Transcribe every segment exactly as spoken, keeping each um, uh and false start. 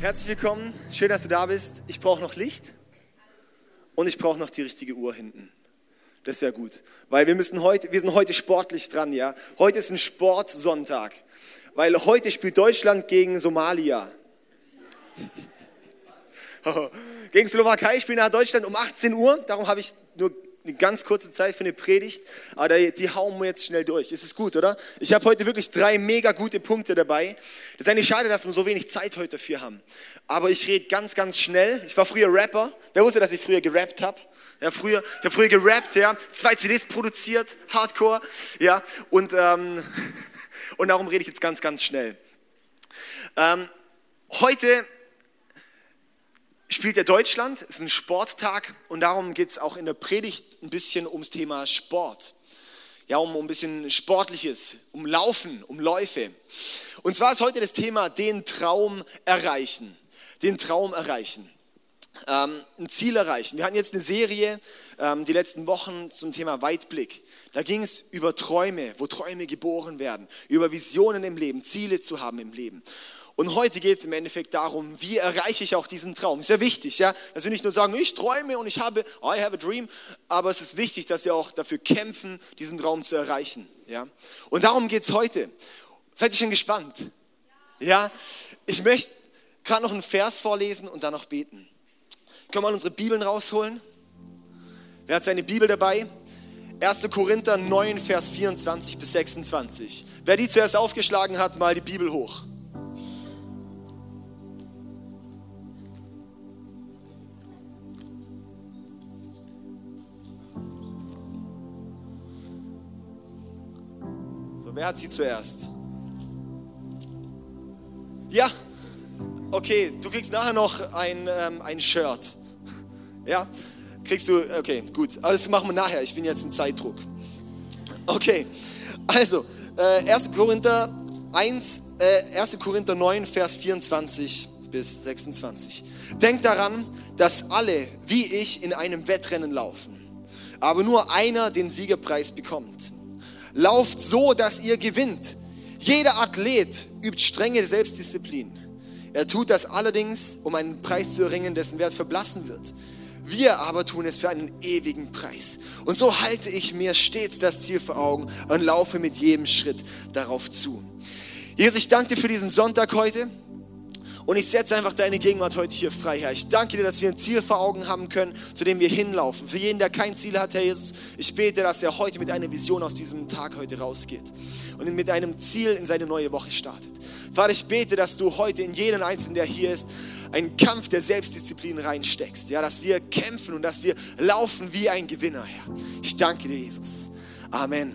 Herzlich willkommen, schön, dass du da bist. Ich brauche noch Licht und ich brauche noch die richtige Uhr hinten. Das wäre gut, weil wir müssen heute, wir sind heute sportlich dran, ja. Heute ist ein Sportsonntag, weil heute spielt Deutschland gegen Somalia. Gegen Slowakei spielt nach Deutschland um achtzehn Uhr, darum habe ich nur eine ganz kurze Zeit für eine Predigt, aber die hauen wir jetzt schnell durch. Ist es gut, oder? Ich habe heute wirklich drei mega gute Punkte dabei. Das ist eigentlich schade, dass wir so wenig Zeit heute dafür haben. Aber ich rede ganz, ganz schnell. Ich war früher Rapper. Wer wusste, dass ich früher gerappt habe? Ja, früher, ich habe früher gerappt, ja, zwei C Ds produziert, Hardcore, ja, und, ähm, und darum rede ich jetzt ganz, ganz schnell. Ähm, heute spielt ja Deutschland, ist ein Sporttag und darum geht es auch in der Predigt ein bisschen ums Thema Sport. Ja, um, um ein bisschen Sportliches, um Laufen, um Läufe. Und zwar ist heute das Thema den Traum erreichen. Den Traum erreichen. Ähm, ein Ziel erreichen. Wir hatten jetzt eine Serie, ähm, die letzten Wochen zum Thema Weitblick. Da ging es über Träume, wo Träume geboren werden, über Visionen im Leben, Ziele zu haben im Leben. Und heute geht es im Endeffekt darum, wie erreiche ich auch diesen Traum. Ist ja wichtig, ja, dass wir nicht nur sagen, ich träume und ich habe, I have a dream, aber es ist wichtig, dass wir auch dafür kämpfen, diesen Traum zu erreichen. Ja? Und darum geht es heute. Seid ihr schon gespannt? Ja, ich möchte gerade noch einen Vers vorlesen und dann noch beten. Können wir mal unsere Bibeln rausholen? Wer hat seine Bibel dabei? erster Korinther neun, Vers vierundzwanzig bis sechsundzwanzig. Wer die zuerst aufgeschlagen hat, mal die Bibel hoch. So, wer hat sie zuerst? Ja, okay, du kriegst nachher noch ein, ähm, ein Shirt. Ja, kriegst du, okay, gut. Aber das machen wir nachher, ich bin jetzt in Zeitdruck. Okay, also, äh, erster Korinther eins, äh, erster Korinther neun, Vers vierundzwanzig bis sechsundzwanzig. Denkt daran, dass alle, wie ich, in einem Wettrennen laufen, aber nur einer den Siegerpreis bekommt. Lauft so, dass ihr gewinnt. Jeder Athlet übt strenge Selbstdisziplin. Er tut das allerdings, um einen Preis zu erringen, dessen Wert verblassen wird. Wir aber tun es für einen ewigen Preis. Und so halte ich mir stets das Ziel vor Augen und laufe mit jedem Schritt darauf zu. Jesus, ich danke dir für diesen Sonntag heute. Und ich setze einfach deine Gegenwart heute hier frei, Herr. Ich danke dir, dass wir ein Ziel vor Augen haben können, zu dem wir hinlaufen. Für jeden, der kein Ziel hat, Herr Jesus, ich bete, dass er heute mit einer Vision aus diesem Tag heute rausgeht und mit einem Ziel in seine neue Woche startet. Vater, ich bete, dass du heute in jeden Einzelnen, der hier ist, einen Kampf der Selbstdisziplin reinsteckst. Ja, dass wir kämpfen und dass wir laufen wie ein Gewinner, Herr. Ich danke dir, Jesus. Amen.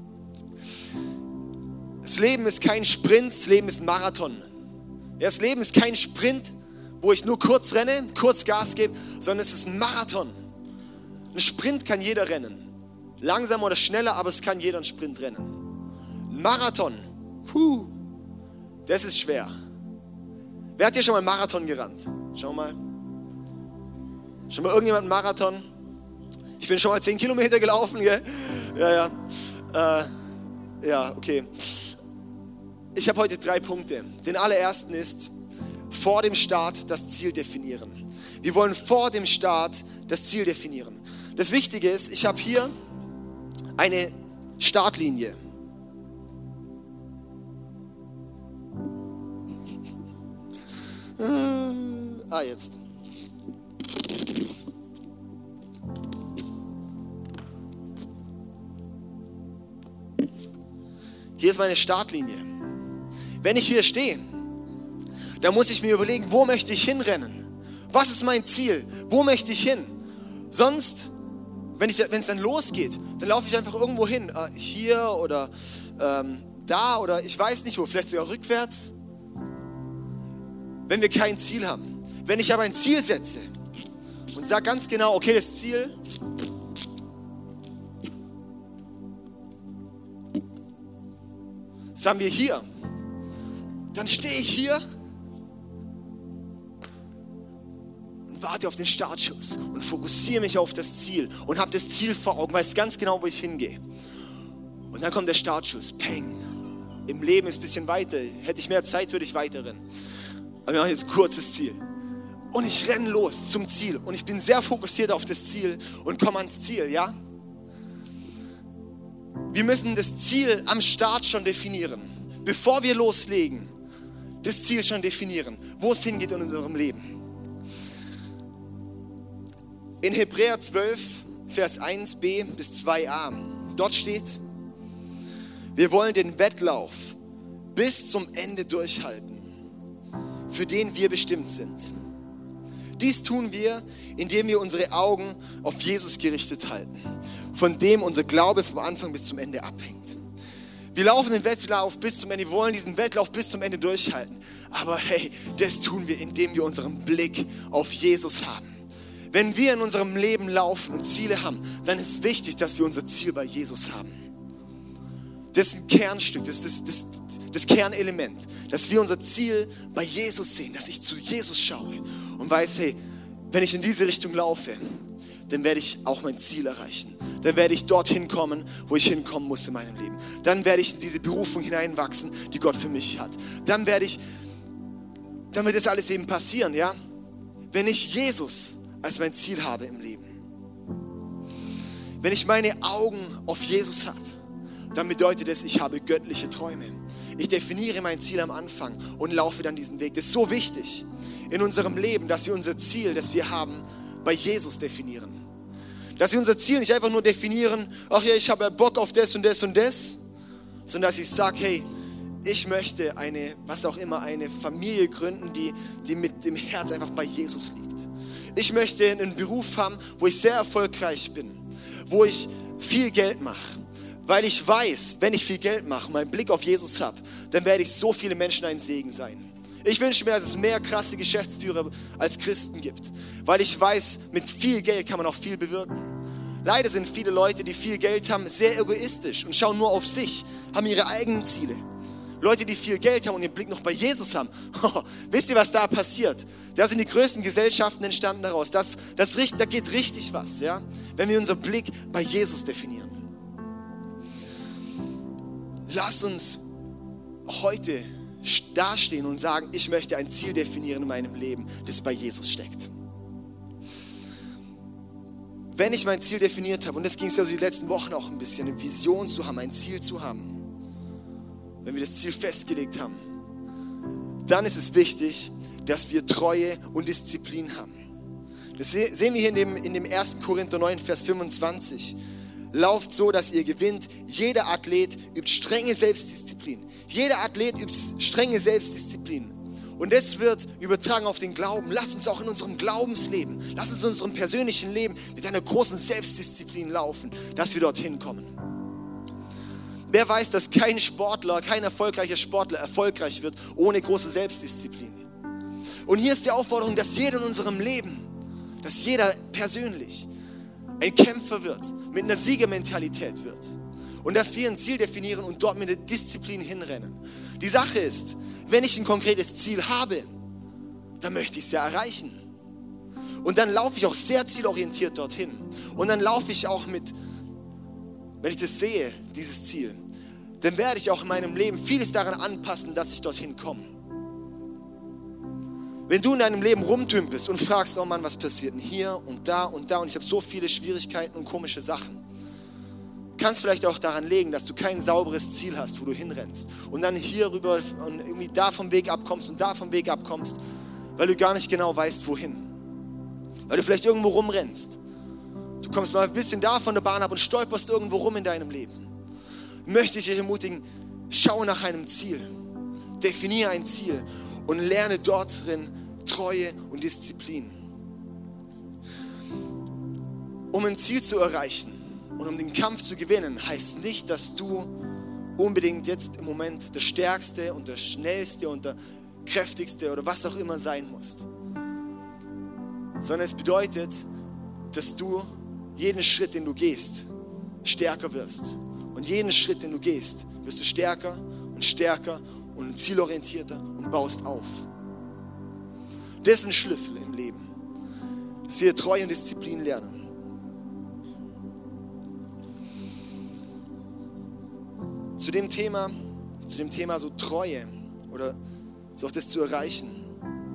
Das Leben ist kein Sprint, das Leben ist ein Marathon. Das Leben ist kein Sprint, wo ich nur kurz renne, kurz Gas gebe, sondern es ist ein Marathon. Ein Sprint kann jeder rennen. Langsam oder schneller, aber es kann jeder einen Sprint rennen. Ein Marathon, puh, das ist schwer. Wer hat hier schon mal einen Marathon gerannt? Schau mal. Schon mal irgendjemand einen Marathon? Ich bin schon mal zehn Kilometer gelaufen, gell? Ja, ja. Äh, ja, okay. Ich habe heute drei Punkte. Den allerersten ist, vor dem Start das Ziel definieren. Wir wollen vor dem Start das Ziel definieren. Das Wichtige ist, ich habe hier eine Startlinie. Ah, jetzt. Hier ist meine Startlinie. Wenn ich hier stehe, dann muss ich mir überlegen, wo möchte ich hinrennen? Was ist mein Ziel? Wo möchte ich hin? Sonst, wenn ich, wenn es dann losgeht, dann laufe ich einfach irgendwo hin. Äh, hier oder ähm, da oder ich weiß nicht wo, vielleicht sogar rückwärts. Wenn wir kein Ziel haben. Wenn ich aber ein Ziel setze und sage ganz genau, okay, das Ziel, das haben wir hier. Dann stehe ich hier und warte auf den Startschuss und fokussiere mich auf das Ziel und habe das Ziel vor Augen, weiß ganz genau, wo ich hingehe. Und dann kommt der Startschuss, peng. Im Leben ist ein bisschen weiter. Hätte ich mehr Zeit, würde ich weiter rennen. Aber wir machen jetzt ein kurzes Ziel. Und ich renne los zum Ziel. Und ich bin sehr fokussiert auf das Ziel und komme ans Ziel, ja? Wir müssen das Ziel am Start schon definieren. Bevor wir loslegen, das Ziel schon definieren, wo es hingeht in unserem Leben. In Hebräer zwölf, Vers eins b bis zwei a, dort steht, wir wollen den Wettlauf bis zum Ende durchhalten, für den wir bestimmt sind. Dies tun wir, indem wir unsere Augen auf Jesus gerichtet halten, von dem unser Glaube vom Anfang bis zum Ende abhängt. Wir laufen den Wettlauf bis zum Ende, wir wollen diesen Wettlauf bis zum Ende durchhalten. Aber hey, das tun wir, indem wir unseren Blick auf Jesus haben. Wenn wir in unserem Leben laufen und Ziele haben, dann ist es wichtig, dass wir unser Ziel bei Jesus haben. Das ist ein Kernstück, das ist das, das, das Kernelement, dass wir unser Ziel bei Jesus sehen, dass ich zu Jesus schaue und weiß, hey, wenn ich in diese Richtung laufe, dann werde ich auch mein Ziel erreichen. Dann werde ich dorthin kommen, wo ich hinkommen muss in meinem Leben. Dann werde ich in diese Berufung hineinwachsen, die Gott für mich hat. Dann werde ich, dann wird das alles eben passieren, ja? Wenn ich Jesus als mein Ziel habe im Leben. Wenn ich meine Augen auf Jesus habe, dann bedeutet es, ich habe göttliche Träume. Ich definiere mein Ziel am Anfang und laufe dann diesen Weg. Das ist so wichtig in unserem Leben, dass wir unser Ziel, das wir haben, bei Jesus definieren. Dass wir unser Ziel nicht einfach nur definieren, ach ja, ich habe ja Bock auf das und das und das, sondern dass ich sage, hey, ich möchte eine, was auch immer, eine Familie gründen, die, die mit dem Herz einfach bei Jesus liegt. Ich möchte einen Beruf haben, wo ich sehr erfolgreich bin, wo ich viel Geld mache. Weil ich weiß, wenn ich viel Geld mache, meinen Blick auf Jesus habe, dann werde ich so viele Menschen ein Segen sein. Ich wünsche mir, dass es mehr krasse Geschäftsführer als Christen gibt. Weil ich weiß, mit viel Geld kann man auch viel bewirken. Leider sind viele Leute, die viel Geld haben, sehr egoistisch und schauen nur auf sich, haben ihre eigenen Ziele. Leute, die viel Geld haben und ihren Blick noch bei Jesus haben. Oh, wisst ihr, was da passiert? Da sind die größten Gesellschaften entstanden daraus. Das, das, da geht richtig was, ja? Wenn wir unseren Blick bei Jesus definieren. Lass uns heute dastehen und sagen, ich möchte ein Ziel definieren in meinem Leben, das bei Jesus steckt. Wenn ich mein Ziel definiert habe, und das ging es ja so die letzten Wochen auch ein bisschen, eine Vision zu haben, ein Ziel zu haben, wenn wir das Ziel festgelegt haben, dann ist es wichtig, dass wir Treue und Disziplin haben. Das sehen wir hier in dem, in dem ersten Korinther neun, Vers fünfundzwanzig. Lauft so, dass ihr gewinnt. Jeder Athlet übt strenge Selbstdisziplin. Jeder Athlet übt strenge Selbstdisziplin. Und das wird übertragen auf den Glauben. Lasst uns auch in unserem Glaubensleben, lasst uns in unserem persönlichen Leben mit einer großen Selbstdisziplin laufen, dass wir dorthin kommen. Wer weiß, dass kein Sportler, kein erfolgreicher Sportler erfolgreich wird ohne große Selbstdisziplin. Und hier ist die Aufforderung, dass jeder in unserem Leben, dass jeder persönlich ein Kämpfer wird, mit einer Siegermentalität wird. Und dass wir ein Ziel definieren und dort mit einer Disziplin hinrennen. Die Sache ist, wenn ich ein konkretes Ziel habe, dann möchte ich es ja erreichen. Und dann laufe ich auch sehr zielorientiert dorthin. Und dann laufe ich auch mit, wenn ich das sehe, dieses Ziel, dann werde ich auch in meinem Leben vieles daran anpassen, dass ich dorthin komme. Wenn du in deinem Leben rumtümpelst und fragst, oh Mann, was passiert denn hier und da und da und ich habe so viele Schwierigkeiten und komische Sachen, kannst vielleicht auch daran legen, dass du kein sauberes Ziel hast, wo du hinrennst und dann hier rüber und irgendwie da vom Weg abkommst und da vom Weg abkommst, weil du gar nicht genau weißt, wohin. Weil du vielleicht irgendwo rumrennst. Du kommst mal ein bisschen da von der Bahn ab und stolperst irgendwo rum in deinem Leben. Möchte ich dich ermutigen, schau nach einem Ziel. Definiere ein Ziel und lerne dort drin Treue und Disziplin. Um ein Ziel zu erreichen und um den Kampf zu gewinnen, heißt nicht, dass du unbedingt jetzt im Moment der Stärkste und der Schnellste und der Kräftigste oder was auch immer sein musst. Sondern es bedeutet, dass du jeden Schritt, den du gehst, stärker wirst. Und jeden Schritt, den du gehst, wirst du stärker und stärker und zielorientierter und baust auf. Das ist ein Schlüssel im Leben, dass wir Treue und Disziplin lernen. Zu dem Thema, zu dem Thema so Treue oder so auch das zu erreichen,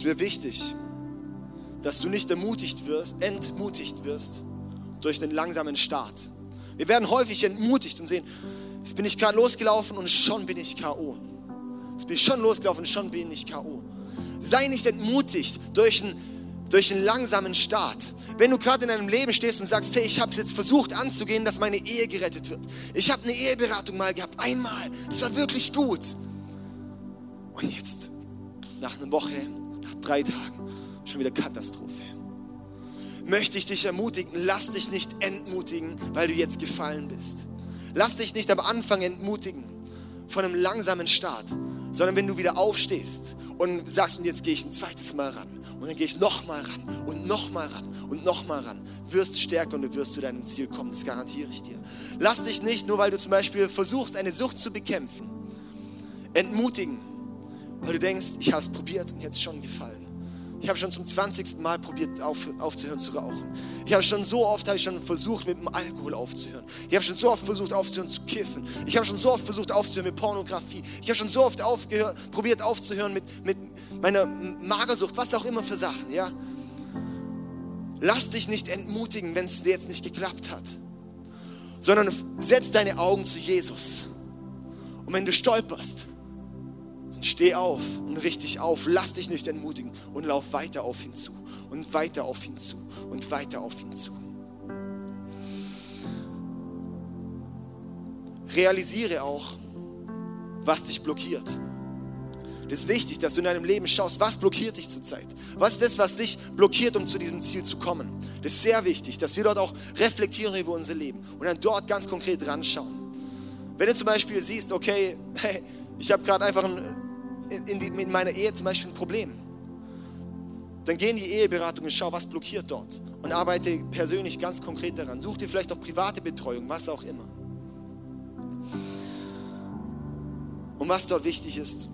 mir wichtig, dass du nicht ermutigt wirst, entmutigt wirst durch den langsamen Start. Wir werden häufig entmutigt und sehen, jetzt bin ich gerade losgelaufen und schon bin ich K O. Jetzt bin ich schon losgelaufen und schon bin ich K O. Sei nicht entmutigt durch einen, durch einen langsamen Start. Wenn du gerade in deinem Leben stehst und sagst, hey, ich habe es jetzt versucht anzugehen, dass meine Ehe gerettet wird. Ich habe eine Eheberatung mal gehabt, einmal. Das war wirklich gut. Und jetzt, nach einer Woche, nach drei Tagen, schon wieder Katastrophe. Möchte ich dich ermutigen, lass dich nicht entmutigen, weil du jetzt gefallen bist. Lass dich nicht am Anfang entmutigen von einem langsamen Start, sondern wenn du wieder aufstehst und sagst, und jetzt gehe ich ein zweites Mal ran und dann gehe ich nochmal ran und nochmal ran und nochmal ran, wirst du stärker und du wirst zu deinem Ziel kommen, das garantiere ich dir. Lass dich nicht, nur weil du zum Beispiel versuchst, eine Sucht zu bekämpfen, entmutigen, weil du denkst, ich habe es probiert und jetzt schon gefallen. Ich habe schon zum zwanzigsten Mal probiert, auf, aufzuhören zu rauchen. Ich habe schon so oft habe ich schon versucht, mit dem Alkohol aufzuhören. Ich habe schon so oft versucht, aufzuhören zu kiffen. Ich habe schon so oft versucht, aufzuhören mit Pornografie. Ich habe schon so oft aufgehört, probiert, aufzuhören mit, mit meiner Magersucht, was auch immer für Sachen. Ja? Lass dich nicht entmutigen, wenn es dir jetzt nicht geklappt hat, sondern setz deine Augen zu Jesus. Und wenn du stolperst, steh auf und richte dich auf, lass dich nicht entmutigen und lauf weiter auf ihn zu und weiter auf ihn zu und weiter auf ihn zu. Realisiere auch, was dich blockiert. Das ist wichtig, dass du in deinem Leben schaust, was blockiert dich zurzeit? Was ist das, was dich blockiert, um zu diesem Ziel zu kommen? Das ist sehr wichtig, dass wir dort auch reflektieren über unser Leben und dann dort ganz konkret ranschauen. Wenn du zum Beispiel siehst, okay, hey, ich habe gerade einfach ein In, die, in meiner Ehe zum Beispiel ein Problem, dann geh in die Eheberatung und schau, was blockiert dort und arbeite persönlich ganz konkret daran. Such dir vielleicht auch private Betreuung, was auch immer. Und was dort wichtig ist,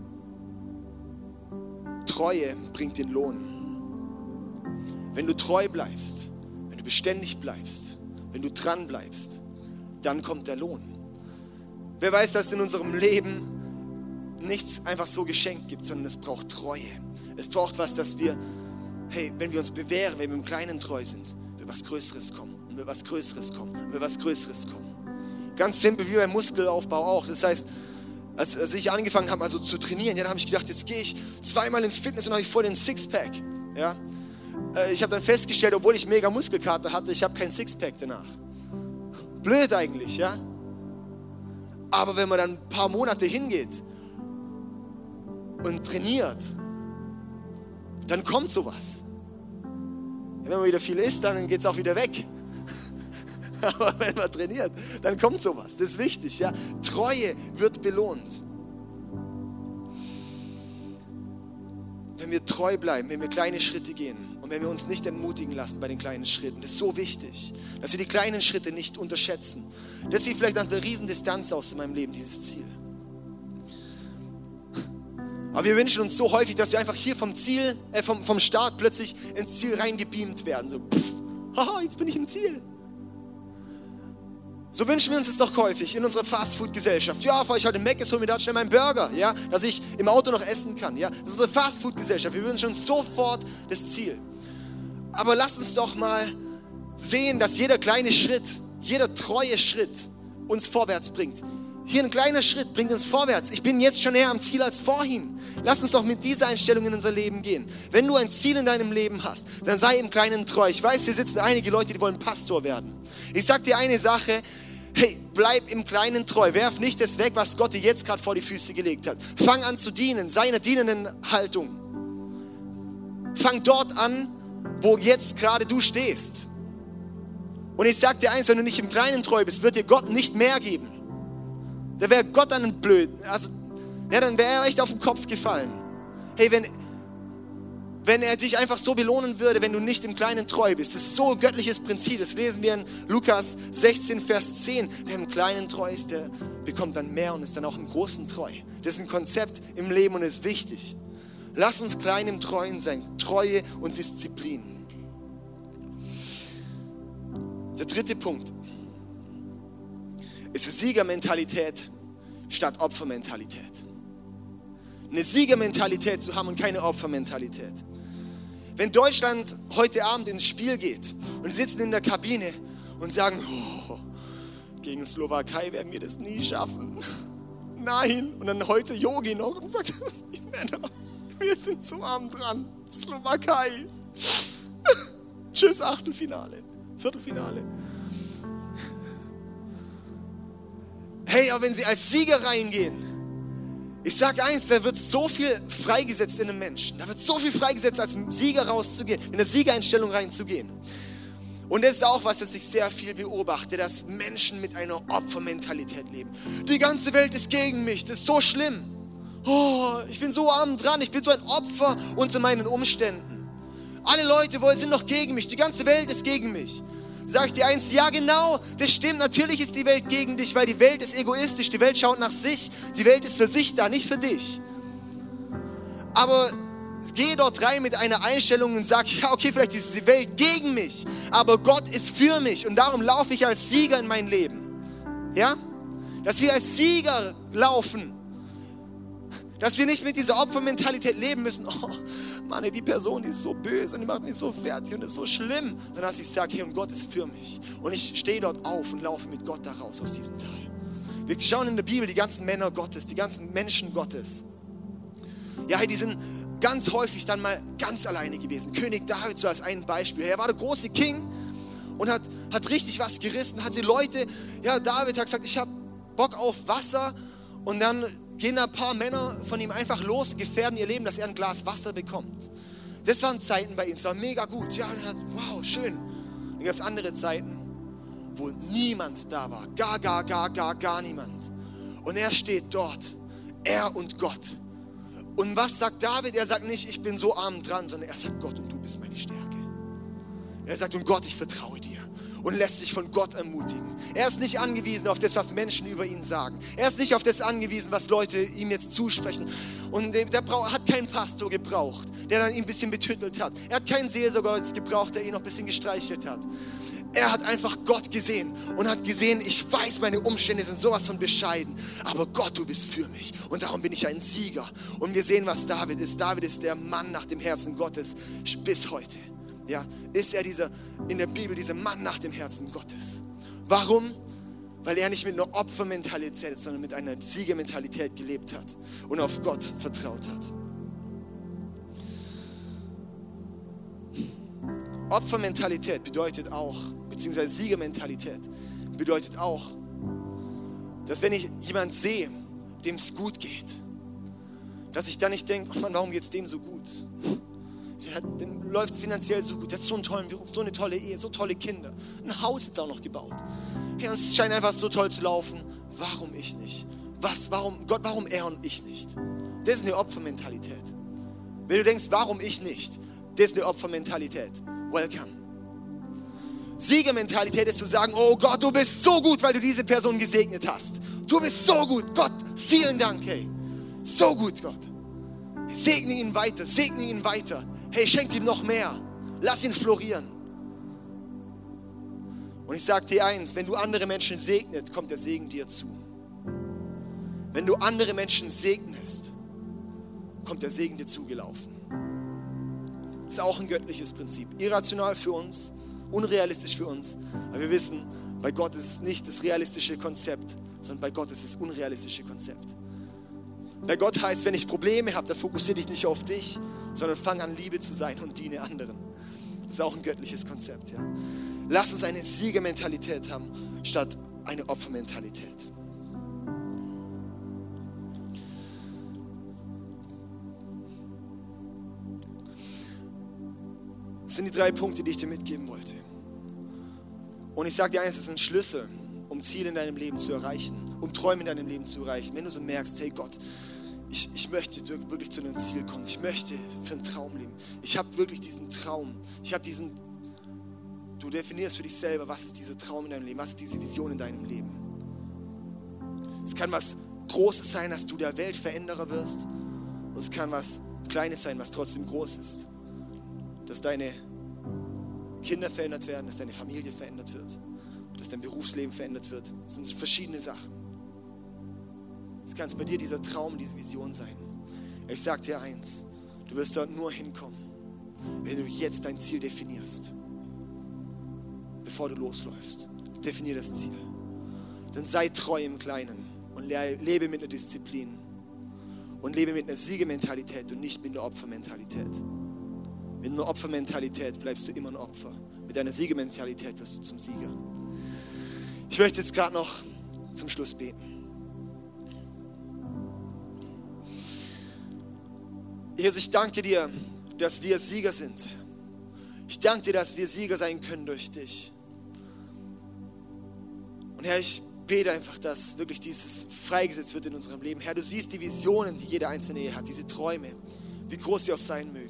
Treue bringt den Lohn. Wenn du treu bleibst, wenn du beständig bleibst, wenn du dran bleibst, dann kommt der Lohn. Wer weiß, dass in unserem Leben nichts einfach so geschenkt gibt, sondern es braucht Treue. Es braucht was, dass wir, hey, wenn wir uns bewähren, wenn wir im Kleinen treu sind, wird was Größeres kommen und wird was Größeres kommen und wird was Größeres kommen. Ganz simpel wie beim Muskelaufbau auch. Das heißt, als, als ich angefangen habe, also zu trainieren, ja, dann habe ich gedacht, jetzt gehe ich zweimal ins Fitness und habe ich voll den Sixpack. Ja? Ich habe dann festgestellt, obwohl ich mega Muskelkater hatte, ich habe kein Sixpack danach. Blöd eigentlich, ja? Aber wenn man dann ein paar Monate hingeht und trainiert, dann kommt sowas. Wenn man wieder viel isst, dann geht es auch wieder weg. Aber wenn man trainiert, dann kommt sowas. Das ist wichtig. Ja? Treue wird belohnt. Wenn wir treu bleiben, wenn wir kleine Schritte gehen und wenn wir uns nicht entmutigen lassen bei den kleinen Schritten, das ist so wichtig, dass wir die kleinen Schritte nicht unterschätzen. Das sieht vielleicht nach einer riesen Distanz aus in meinem Leben, dieses Ziel. Aber wir wünschen uns so häufig, dass wir einfach hier vom Ziel, äh, vom, vom Start plötzlich ins Ziel reingebeamt werden. So, pff, haha, jetzt bin ich im Ziel. So wünschen wir uns es doch häufig in unserer Fastfood-Gesellschaft. Ja, fahre ich heute im Mc's, hol mir da schnell meinen Burger, ja, dass ich im Auto noch essen kann. Ja, das ist unsere Fastfood-Gesellschaft. Wir wünschen uns sofort das Ziel. Aber lasst uns doch mal sehen, dass jeder kleine Schritt, jeder treue Schritt uns vorwärts bringt. Hier ein kleiner Schritt bringt uns vorwärts. Ich bin jetzt schon näher am Ziel als vorhin. Lass uns doch mit dieser Einstellung in unser Leben gehen. Wenn du ein Ziel in deinem Leben hast, dann sei im Kleinen treu. Ich weiß, hier sitzen einige Leute, die wollen Pastor werden. Ich sag dir eine Sache, hey, bleib im Kleinen treu. Werf nicht das weg, was Gott dir jetzt gerade vor die Füße gelegt hat. Fang an zu dienen, sei in einer dienenden Haltung. Fang dort an, wo jetzt gerade du stehst. Und ich sag dir eins, wenn du nicht im Kleinen treu bist, wird dir Gott nicht mehr geben. Da wäre Gott dann ein Blöd. Also, ja, dann wäre er echt auf den Kopf gefallen. Hey, wenn, wenn er dich einfach so belohnen würde, wenn du nicht im Kleinen treu bist. Das ist so ein göttliches Prinzip. Das lesen wir in Lukas sechzehn, Vers zehn. Wer im Kleinen treu ist, der bekommt dann mehr und ist dann auch im Großen treu. Das ist ein Konzept im Leben und ist wichtig. Lass uns klein im Treuen sein. Treue und Disziplin. Der dritte Punkt ist Siegermentalität statt Opfermentalität. eine Siegermentalität zu haben und keine Opfermentalität. Wenn Deutschland heute Abend ins Spiel geht und sitzen in der Kabine und sagen, oh, gegen Slowakei werden wir das nie schaffen. Nein. Und dann heute Yogi noch und sagt, die Männer, wir sind so arm dran. Slowakei. Tschüss, Achtelfinale, Viertelfinale. Hey, aber wenn sie als Sieger reingehen, ich sage eins, da wird so viel freigesetzt in einem Menschen. Da wird so viel freigesetzt, als Sieger rauszugehen, in eine Siegereinstellung reinzugehen. Und das ist auch was, das ich sehr viel beobachte, dass Menschen mit einer Opfermentalität leben. Die ganze Welt ist gegen mich, das ist so schlimm. Oh, ich bin so arm dran, ich bin so ein Opfer unter meinen Umständen. Alle Leute sind noch gegen mich, die ganze Welt ist gegen mich. Sag ich dir eins, ja genau, das stimmt, natürlich ist die Welt gegen dich, weil die Welt ist egoistisch, die Welt schaut nach sich, die Welt ist für sich da, nicht für dich. Aber geh dort rein mit einer Einstellung und sag, ja okay, vielleicht ist die Welt gegen mich, aber Gott ist für mich und darum laufe ich als Sieger in mein Leben. Ja? Dass wir als Sieger laufen. Dass wir nicht mit dieser Opfermentalität leben müssen. Oh, Mann, die Person, die ist so böse und die macht mich so fertig und ist so schlimm. Und dass ich sage, hey, und Gott ist für mich. Und ich stehe dort auf und laufe mit Gott da raus aus diesem Tal. Wir schauen in der Bibel die ganzen Männer Gottes, die ganzen Menschen Gottes. Ja, hey, die sind ganz häufig dann mal ganz alleine gewesen. König David so als ein Beispiel. Er war der große King und hat, hat richtig was gerissen, hat die Leute, ja, David hat gesagt, ich habe Bock auf Wasser und dann gehen ein paar Männer von ihm einfach los, gefährden ihr Leben, dass er ein Glas Wasser bekommt. Das waren Zeiten bei ihm, es war mega gut. Ja, wow, schön. Dann gab es andere Zeiten, wo niemand da war. Gar, gar, gar, gar, gar niemand. Und er steht dort, er und Gott. Und was sagt David? Er sagt nicht, ich bin so arm dran, sondern er sagt, Gott, und du bist meine Stärke. Er sagt, und Gott, ich vertraue dir. Und lässt sich von Gott ermutigen. Er ist nicht angewiesen auf das, was Menschen über ihn sagen. Er ist nicht auf das angewiesen, was Leute ihm jetzt zusprechen. Und der hat keinen Pastor gebraucht, der dann ihn ein bisschen betüttelt hat. Er hat keinen Seelsorger gebraucht, der ihn noch ein bisschen gestreichelt hat. Er hat einfach Gott gesehen und hat gesehen, ich weiß, meine Umstände sind sowas von bescheiden, aber Gott, du bist für mich und darum bin ich ein Sieger. Und wir sehen, was David ist. David ist der Mann nach dem Herzen Gottes bis heute. Ja, ist er dieser, in der Bibel dieser Mann nach dem Herzen Gottes. Warum? Weil er nicht mit einer Opfermentalität, sondern mit einer Siegermentalität gelebt hat und auf Gott vertraut hat. Opfermentalität bedeutet auch, beziehungsweise Siegermentalität bedeutet auch, dass wenn ich jemanden sehe, dem es gut geht, dass ich dann nicht denke, oh Mann, warum geht es dem so gut? Der hat, dem läuft es finanziell so gut, der hat so einen tollen Beruf, so eine tolle Ehe, so tolle Kinder, ein Haus jetzt auch noch gebaut. Hey, und es scheint einfach so toll zu laufen. Warum ich nicht? Was, warum, Gott, warum er und ich nicht? Das ist eine Opfermentalität. Wenn du denkst, warum ich nicht? Das ist eine Opfermentalität. Welcome. Siegermentalität ist zu sagen, oh Gott, du bist so gut, weil du diese Person gesegnet hast. Du bist so gut. Gott, vielen Dank, hey. So gut, Gott. Segne ihn weiter, segne ihn weiter. Hey, schenk ihm noch mehr. Lass ihn florieren. Und ich sage dir eins, wenn du andere Menschen segnest, kommt der Segen dir zu. Wenn du andere Menschen segnest, kommt der Segen dir zugelaufen. Das ist auch ein göttliches Prinzip. Irrational für uns, unrealistisch für uns. Aber wir wissen, bei Gott ist es nicht das realistische Konzept, sondern bei Gott ist es das unrealistische Konzept. Bei Gott heißt, wenn ich Probleme habe, dann fokussiere dich nicht auf dich, sondern fang an, Liebe zu sein und diene anderen. Das ist auch ein göttliches Konzept. Ja. Lass uns eine Siegermentalität haben, statt eine Opfermentalität. Das sind die drei Punkte, die ich dir mitgeben wollte. Und ich sage dir eins, es ist ein Schlüssel, um Ziele in deinem Leben zu erreichen, um Träume in deinem Leben zu erreichen. Wenn du so merkst, hey Gott, ich, ich möchte wirklich zu einem Ziel kommen. Ich möchte für einen Traum leben. Ich habe wirklich diesen Traum. Ich habe diesen, du definierst für dich selber, was ist dieser Traum in deinem Leben, was ist diese Vision in deinem Leben. Es kann was Großes sein, dass du der Weltveränderer wirst. Und es kann was Kleines sein, was trotzdem groß ist. Dass deine Kinder verändert werden, dass deine Familie verändert wird, dass dein Berufsleben verändert wird. Das sind verschiedene Sachen. Es kann bei dir dieser Traum, diese Vision sein. Ich sage dir eins, du wirst dort nur hinkommen, wenn du jetzt dein Ziel definierst. Bevor du losläufst, definier das Ziel. Dann sei treu im Kleinen und lebe mit einer Disziplin und lebe mit einer Siegermentalität und nicht mit einer Opfermentalität. Mit einer Opfermentalität bleibst du immer ein Opfer. Mit einer Siegermentalität wirst du zum Sieger. Ich möchte jetzt gerade noch zum Schluss beten. Jesus, ich danke dir, dass wir Sieger sind. Ich danke dir, dass wir Sieger sein können durch dich. Und Herr, ich bete einfach, dass wirklich dieses freigesetzt wird in unserem Leben. Herr, du siehst die Visionen, die jeder einzelne Ehe hat, diese Träume, wie groß sie auch sein mögen.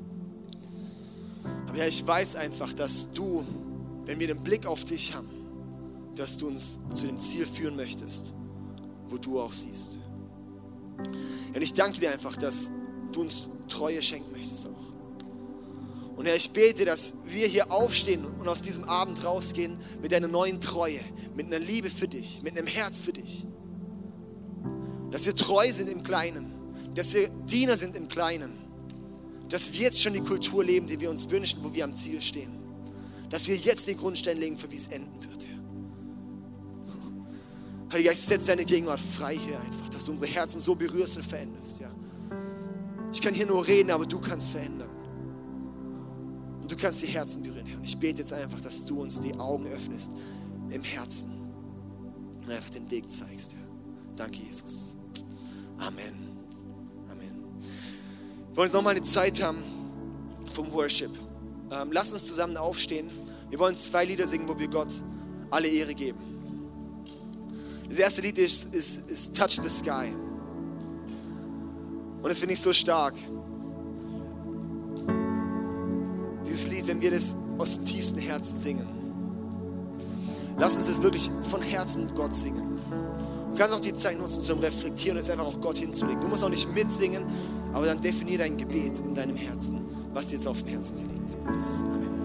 Aber Herr, ich weiß einfach, dass du, wenn wir den Blick auf dich haben, dass du uns zu dem Ziel führen möchtest, wo du auch siehst. Und ich danke dir einfach, dass du uns Treue schenken möchtest auch. Und Herr, ich bete, dass wir hier aufstehen und aus diesem Abend rausgehen mit einer neuen Treue, mit einer Liebe für dich, mit einem Herz für dich. Dass wir treu sind im Kleinen, dass wir Diener sind im Kleinen, dass wir jetzt schon die Kultur leben, die wir uns wünschen, wo wir am Ziel stehen. Dass wir jetzt den Grundstein legen, für wie es enden wird, Herr. Heiliger Geist, setz deine Gegenwart frei hier einfach, dass du unsere Herzen so berührst und veränderst, ja. Ich kann hier nur reden, aber du kannst verändern. Und du kannst die Herzen berühren, Herr. Und ich bete jetzt einfach, dass du uns die Augen öffnest im Herzen und einfach den Weg zeigst, Herr. Danke, Jesus. Amen. Amen. Wir wollen jetzt nochmal eine Zeit haben vom Worship. Ähm, lass uns zusammen aufstehen. Wir wollen zwei Lieder singen, wo wir Gott alle Ehre geben. Das erste Lied ist, ist, ist Touch the Sky. Und das finde ich so stark. Dieses Lied, wenn wir das aus dem tiefsten Herzen singen. Lass uns das wirklich von Herzen Gott singen. Du kannst auch die Zeit nutzen zum Reflektieren und es einfach auch Gott hinzulegen. Du musst auch nicht mitsingen, aber dann definier dein Gebet in deinem Herzen, was dir jetzt auf dem Herzen liegt. Amen.